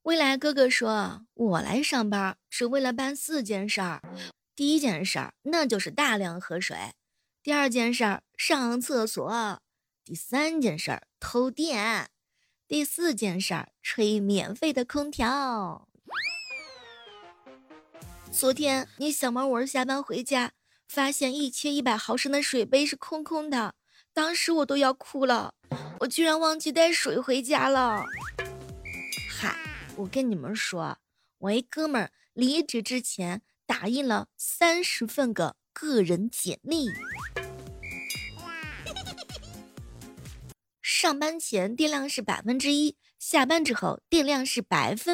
未来哥哥说，我来上班只为了办4件事儿。第一件事儿，那就是大量喝水；第二件事儿，上厕所；第三件事儿，偷电；第四件事儿，吹免费的空调。昨天你小毛文下班回家，发现一切100毫升的水杯是空空的，当时我都要哭了，我居然忘记带水回家了。嗨，我跟你们说，我一哥们儿离职之前打印了30份个人简历。上班前电量是1%，下班之后电量是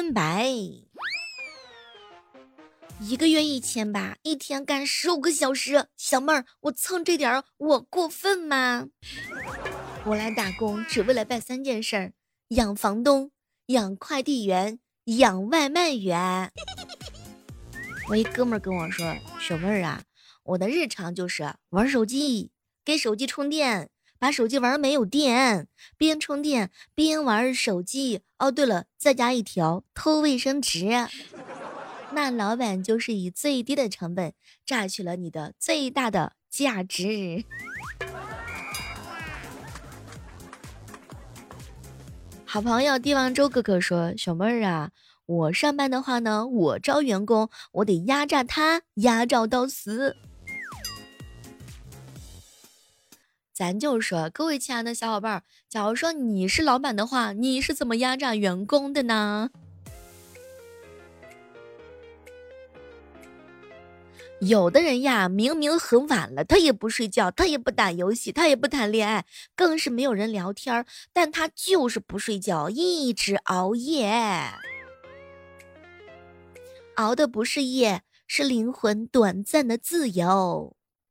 100%。1个月1000吧，一天干15个小时，小妹儿，我蹭这点儿，我过分吗？我来打工只为了办3件事儿：养房东、养快递员、养外卖员。我一哥们儿跟我说，小妹儿啊，我的日常就是玩手机，给手机充电，把手机玩没有电，边充电边玩手机。哦，对了，再加一条偷卫生纸。那老板就是以最低的成本榨取了你的最大的价值。好朋友帝王周哥哥说，小妹儿啊，我上班的话呢，我招员工，我得压榨他，压榨到死。咱就说，各位亲爱的小伙伴，假如说你是老板的话，你是怎么压榨员工的呢？有的人呀，明明很晚了，他也不睡觉，他也不打游戏，他也不谈恋爱，更是没有人聊天，但他就是不睡觉，一直熬夜。熬的不是夜，是灵魂短暂的自由。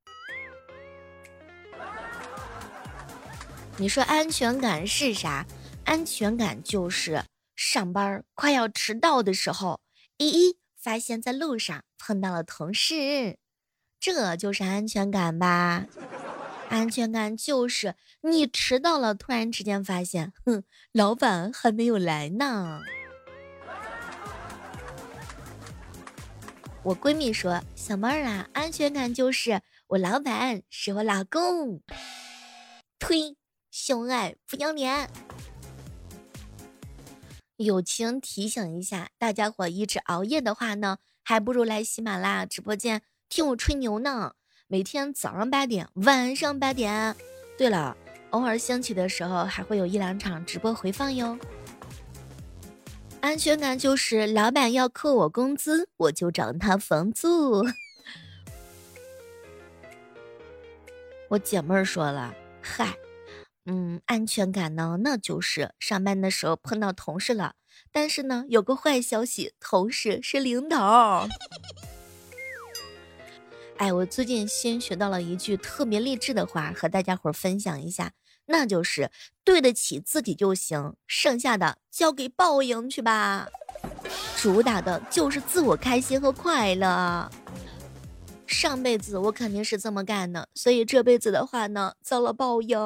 你说安全感是啥？安全感就是上班快要迟到的时候，发现在路上碰到了同事，这就是安全感吧。安全感就是你迟到了，突然之间发现，老板还没有来呢。我闺蜜说，小妹儿啊，安全感就是我老板是我老公。呸，凶爱不要脸。友情提醒一下，大家伙一直熬夜的话呢，还不如来喜马拉雅直播间听我吹牛呢。每天早上8点，晚上8点。对了，偶尔兴起的时候，还会有1-2场直播回放哟。安全感就是老板要扣我工资，我就找他房租。我姐妹儿说了，嗨。安全感呢，那就是上班的时候碰到同事了，但是呢，有个坏消息，同事是领导。哎，我最近新学到了一句特别励志的话，和大家伙分享一下，那就是对得起自己就行，剩下的交给报应去吧。主打的就是自我开心和快乐。上辈子我肯定是这么干的，所以这辈子的话呢，遭了报应。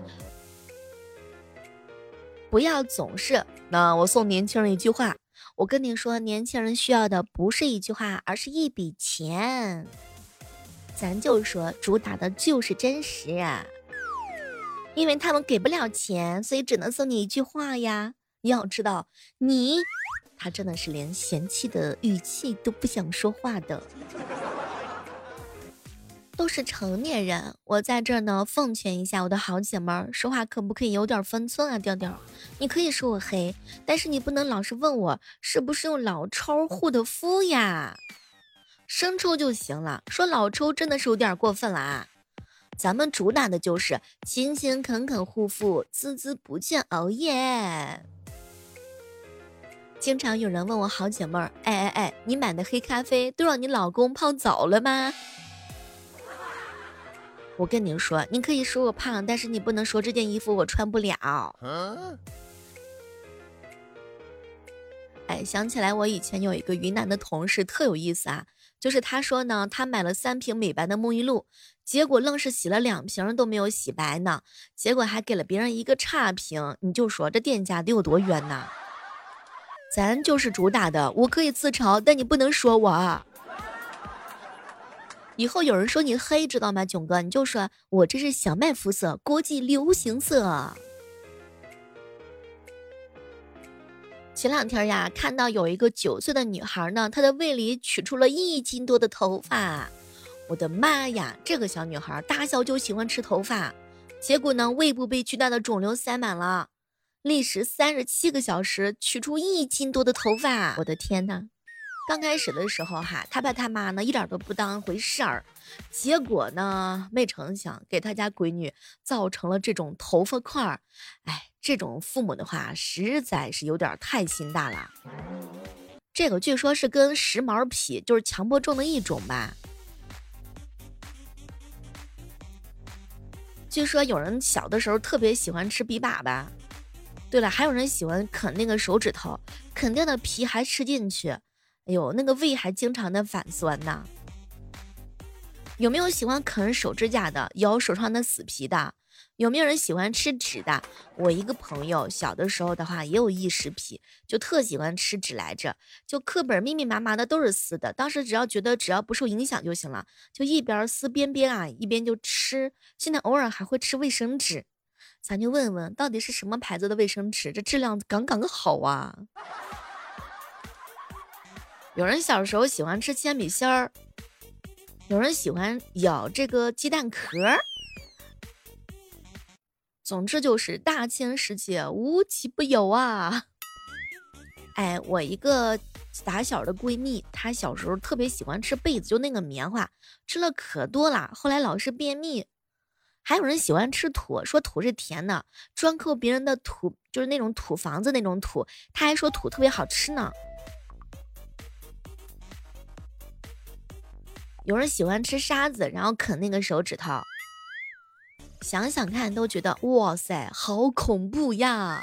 不要总是，那我送年轻人一句话，我跟你说，年轻人需要的不是一句话，而是一笔钱。咱就说主打的就是真实啊，因为他们给不了钱，所以只能送你一句话呀。要知道他真的是连嫌弃的语气都不想说话的。都是成年人，我在这儿呢奉劝一下我的好姐妹儿，说话可不可以有点分寸啊？调调，你可以说我黑，但是你不能老是问我是不是用老抽护的肤呀，生抽就行了，说老抽真的是有点过分了啊。咱们主打的就是勤勤恳恳护肤，孜孜不倦熬夜。经常有人问我好姐妹儿，哎，你买的黑咖啡都让你老公泡澡了吗？我跟你说，你可以说我胖，但是你不能说这件衣服我穿不了。哎，想起来我以前有一个云南的同事特有意思啊，就是他说呢，他买了3瓶美白的沐浴露，结果愣是洗了2瓶都没有洗白呢，结果还给了别人一个差评，你就说这店家得有多冤呐？ 咱就是主打的，我可以自嘲，但你不能说我。以后有人说你黑，知道吗，囧哥？你就说我这是小麦肤色，国际流行色。前两天呀，看到有一个9岁的女孩呢，她的胃里取出了1斤多的头发。我的妈呀，这个小女孩大小就喜欢吃头发，结果呢，胃部被巨大的肿瘤塞满了，历时37个小时取出1斤多的头发。我的天哪！刚开始的时候哈，他爸他妈呢一点都不当回事儿，结果呢没成想给他家闺女造成了这种头发块儿。哎，这种父母的话实在是有点太心大了。这个据说是跟时髦癖就是强迫症的一种吧。据说有人小的时候特别喜欢吃笔粑粑，对了，还有人喜欢啃那个手指头，啃掉的皮还吃进去。哎呦，那个胃还经常的反酸呢。有没有喜欢啃手指甲的，咬手上的死皮的？有没有人喜欢吃纸的？我一个朋友小的时候的话也有异食癖，就特喜欢吃纸来着，就课本密密麻麻的都是撕的，当时只要不受影响就行了，就一边撕边啊一边就吃。现在偶尔还会吃卫生纸，咱就问问到底是什么牌子的卫生纸，这质量杠好啊。有人小时候喜欢吃铅笔芯儿，有人喜欢咬这个鸡蛋壳，总之就是大千世界无奇不有啊。哎，我一个打小的闺蜜，她小时候特别喜欢吃被子，就那个棉花，吃了可多了，后来老是便秘。还有人喜欢吃土，说土是甜的，专抠别人的土，就是那种土房子那种土，她还说土特别好吃呢。有人喜欢吃沙子，然后啃那个手指头，想想看都觉得哇塞，好恐怖呀！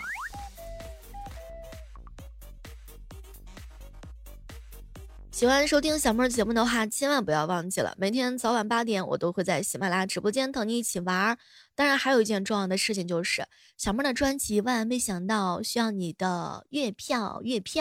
喜欢收听小妹儿节目的话，千万不要忘记了，每天早晚8点，我都会在喜马拉雅直播间等你一起玩。当然，还有一件重要的事情就是，小妹儿的专辑万万没想到需要你的月票。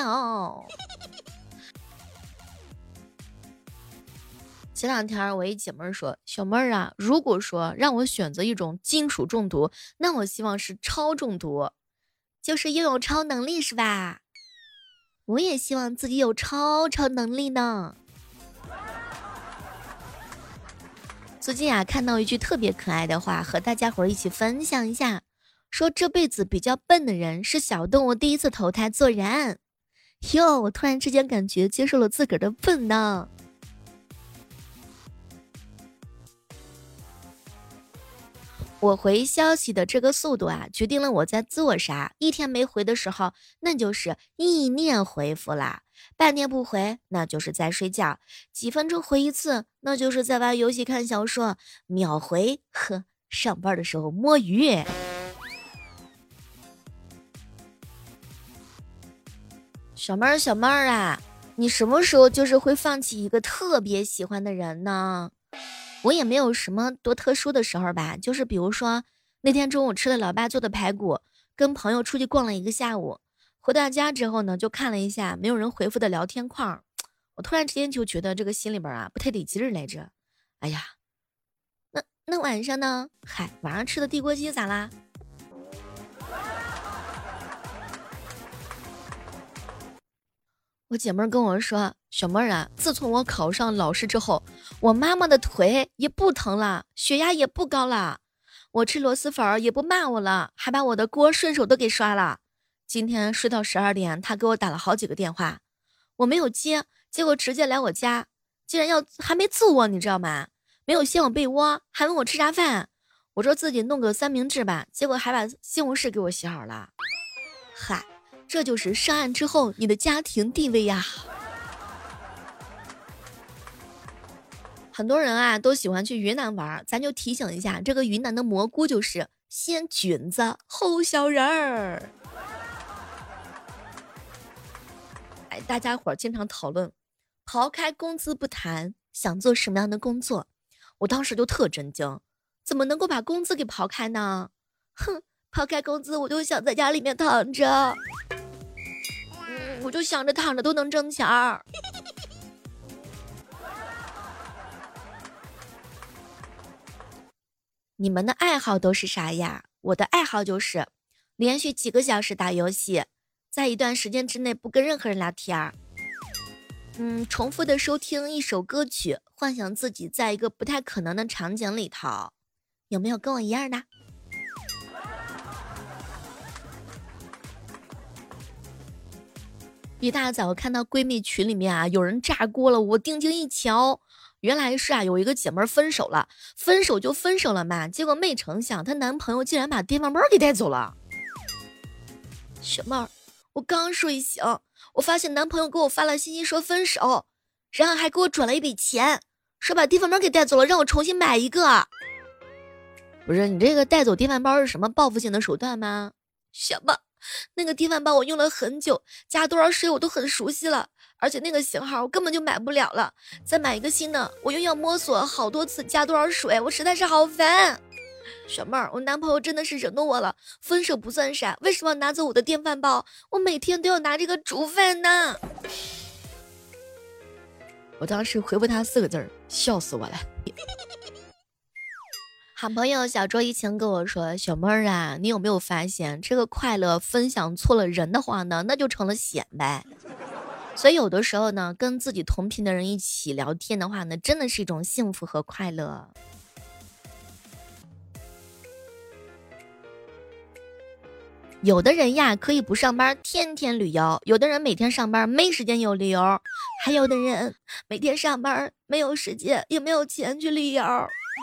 前两天我一姐妹说，小妹儿啊，如果说让我选择一种金属中毒，那我希望是超中毒，就是拥有超能力是吧？我也希望自己有超能力呢。最近啊，看到一句特别可爱的话，和大家伙儿一起分享一下，说这辈子比较笨的人是小动物第一次投胎做人。哟，我突然之间感觉接受了自个儿的笨呢。我回消息的这个速度啊，决定了我在做啥。1天没回的时候，那就是意念回复啦；半天不回，那就是在睡觉；几分钟回一次，那就是在玩游戏、看小说；秒回，上班的时候摸鱼。小妹儿啊，你什么时候就是会放弃一个特别喜欢的人呢？我也没有什么多特殊的时候吧，就是比如说那天中午吃了老爸做的排骨，跟朋友出去逛了一个下午，回到家之后呢，就看了一下没有人回复的聊天框，我突然之间就觉得这个心里边啊不太得劲儿来着。哎呀，那晚上呢？嗨，晚上吃的地锅鸡咋啦？我姐妹跟我说，小妹儿啊，自从我考上老师之后，我妈妈的腿也不疼了，血压也不高了，我吃螺蛳粉也不骂我了，还把我的锅顺手都给刷了。今天睡到12点，她给我打了好几个电话，我没有接，结果直接来我家，竟然还没揍我，你知道吗？没有掀我被窝，还问我吃啥饭，我说自己弄个三明治吧，结果还把西红柿给我洗好了。嗨，这就是上岸之后你的家庭地位呀。很多人啊都喜欢去云南玩，咱就提醒一下，这个云南的蘑菇就是先菌子后小人儿。哎，大家伙儿经常讨论，刨开工资不谈，想做什么样的工作？我当时就特震惊，怎么能够把工资给刨开呢？哼，抛开工资，我就想在家里面躺着。 我就想着躺着都能挣钱儿。你们的爱好都是啥呀？我的爱好就是连续几个小时打游戏，在一段时间之内不跟任何人聊天儿。重复的收听一首歌曲，幻想自己在一个不太可能的场景里头。有没有跟我一样的？一大早看到闺蜜群里面啊有人炸锅了，我定睛一瞧，原来是有一个姐妹分手了，分手就分手了嘛，结果没成想她男朋友竟然把电饭煲给带走了。小妹儿，我刚睡醒，我发现男朋友给我发了信息说分手，然后还给我转了一笔钱，说把电饭煲给带走了，让我重新买一个。不是，你这个带走电饭煲是什么报复性的手段吗？什么？那个电饭煲我用了很久，加多少水我都很熟悉了，而且那个型号我根本就买不了了，再买一个新的我又要摸索好多次加多少水，我实在是好烦。小妹儿，我男朋友真的是惹怒我了，分手不算啥，为什么要拿走我的电饭煲？我每天都要拿这个煮饭呢。我当时回复他4个字，笑死我了。好朋友小周一晴跟我说，小妹儿啊，你有没有发现这个快乐分享错了人的话呢，那就成了显摆。所以有的时候呢，跟自己同频的人一起聊天的话呢，真的是一种幸福和快乐。有的人呀可以不上班天天旅游，有的人每天上班没时间有旅游，还有的人每天上班没有时间也没有钱去旅游。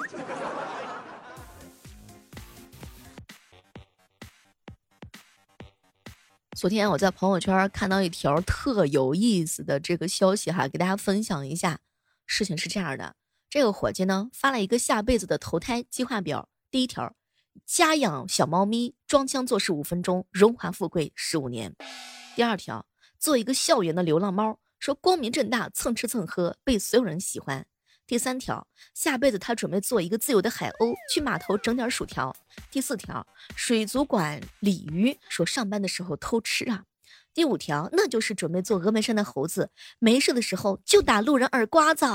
昨天我在朋友圈看到一条特有意思的这个消息哈，给大家分享一下。事情是这样的，这个伙计呢发了一个下辈子的投胎计划表。第一条，家养小猫咪，装腔作势5分钟，荣华富贵15年。第二条，做一个校园的流浪猫，说光明正大蹭吃蹭喝，被所有人喜欢。第三条，下辈子他准备做一个自由的海鸥，去码头整点薯条。第四条，水族馆鲤鱼，说上班的时候偷吃啊。第五条，那就是准备做峨眉山的猴子，没事的时候就打路人耳刮子。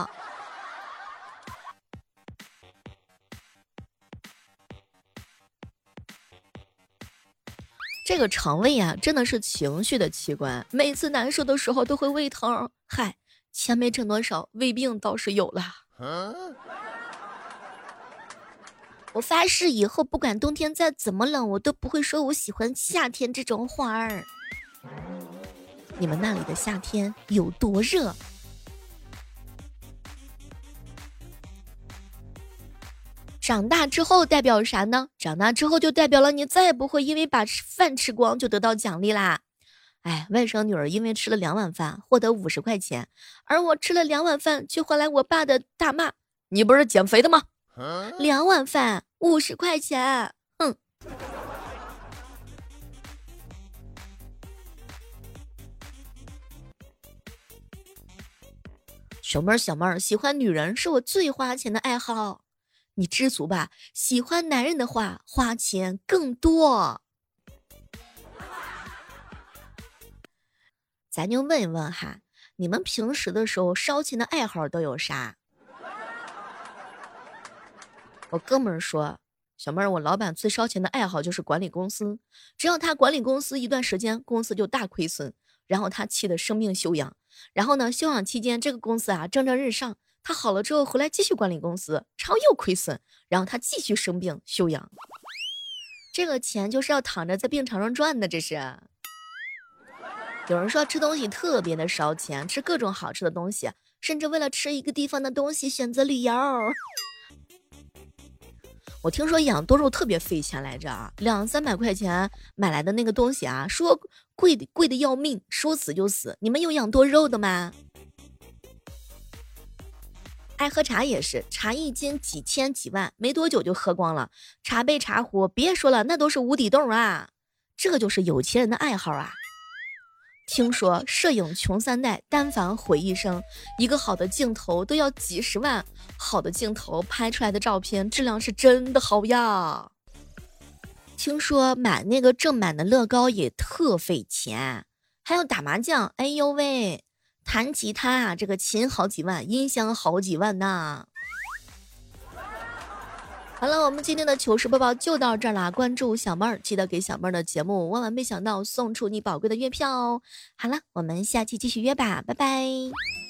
这个肠胃啊，真的是情绪的器官，每次难受的时候都会胃疼。嗨，钱没挣多少，胃病倒是有了。我发誓以后不管冬天再怎么冷，我都不会说我喜欢夏天这种话儿。你们那里的夏天有多热？长大之后代表啥呢？长大之后就代表了你再也不会因为把饭吃光就得到奖励啦。哎，外甥女儿因为吃了2碗饭获得50块钱，而我吃了2碗饭却换来我爸的大骂：你不是减肥的吗？2碗饭50块钱，哼！小妹儿，喜欢女人是我最花钱的爱好。你知足吧，喜欢男人的话，花钱更多。咱就问一问哈，你们平时的时候烧钱的爱好都有啥？我哥们儿说，小妹儿，我老板最烧钱的爱好就是管理公司，只要他管理公司一段时间，公司就大亏损，然后他气得生病休养，然后呢，休养期间这个公司啊蒸蒸日上，他好了之后回来继续管理公司，然后又亏损，然后他继续生病休养，这个钱就是要躺着在病床上赚的，这是。有人说吃东西特别的烧钱，吃各种好吃的东西，甚至为了吃一个地方的东西选择旅游。我听说养多肉特别费钱来着啊，200-300块钱买来的那个东西啊，说贵的要命，说死就死。你们有养多肉的吗？爱喝茶也是，茶1斤几千几万，没多久就喝光了。茶杯茶壶别说了，那都是无底洞啊，这就是有钱人的爱好啊。听说摄影穷3代，单反毁一生，一个好的镜头都要几10万，好的镜头拍出来的照片质量是真的好呀。听说买那个正版的乐高也特费钱， 还有打麻将，哎呦喂，弹吉他啊，这个琴好几万，音箱好几万呐。好了，我们今天的糗事播报就到这儿啦！关注小妹儿，记得给小妹儿的节目万万没想到送出你宝贵的月票哦。好了，我们下期继续约吧，拜拜。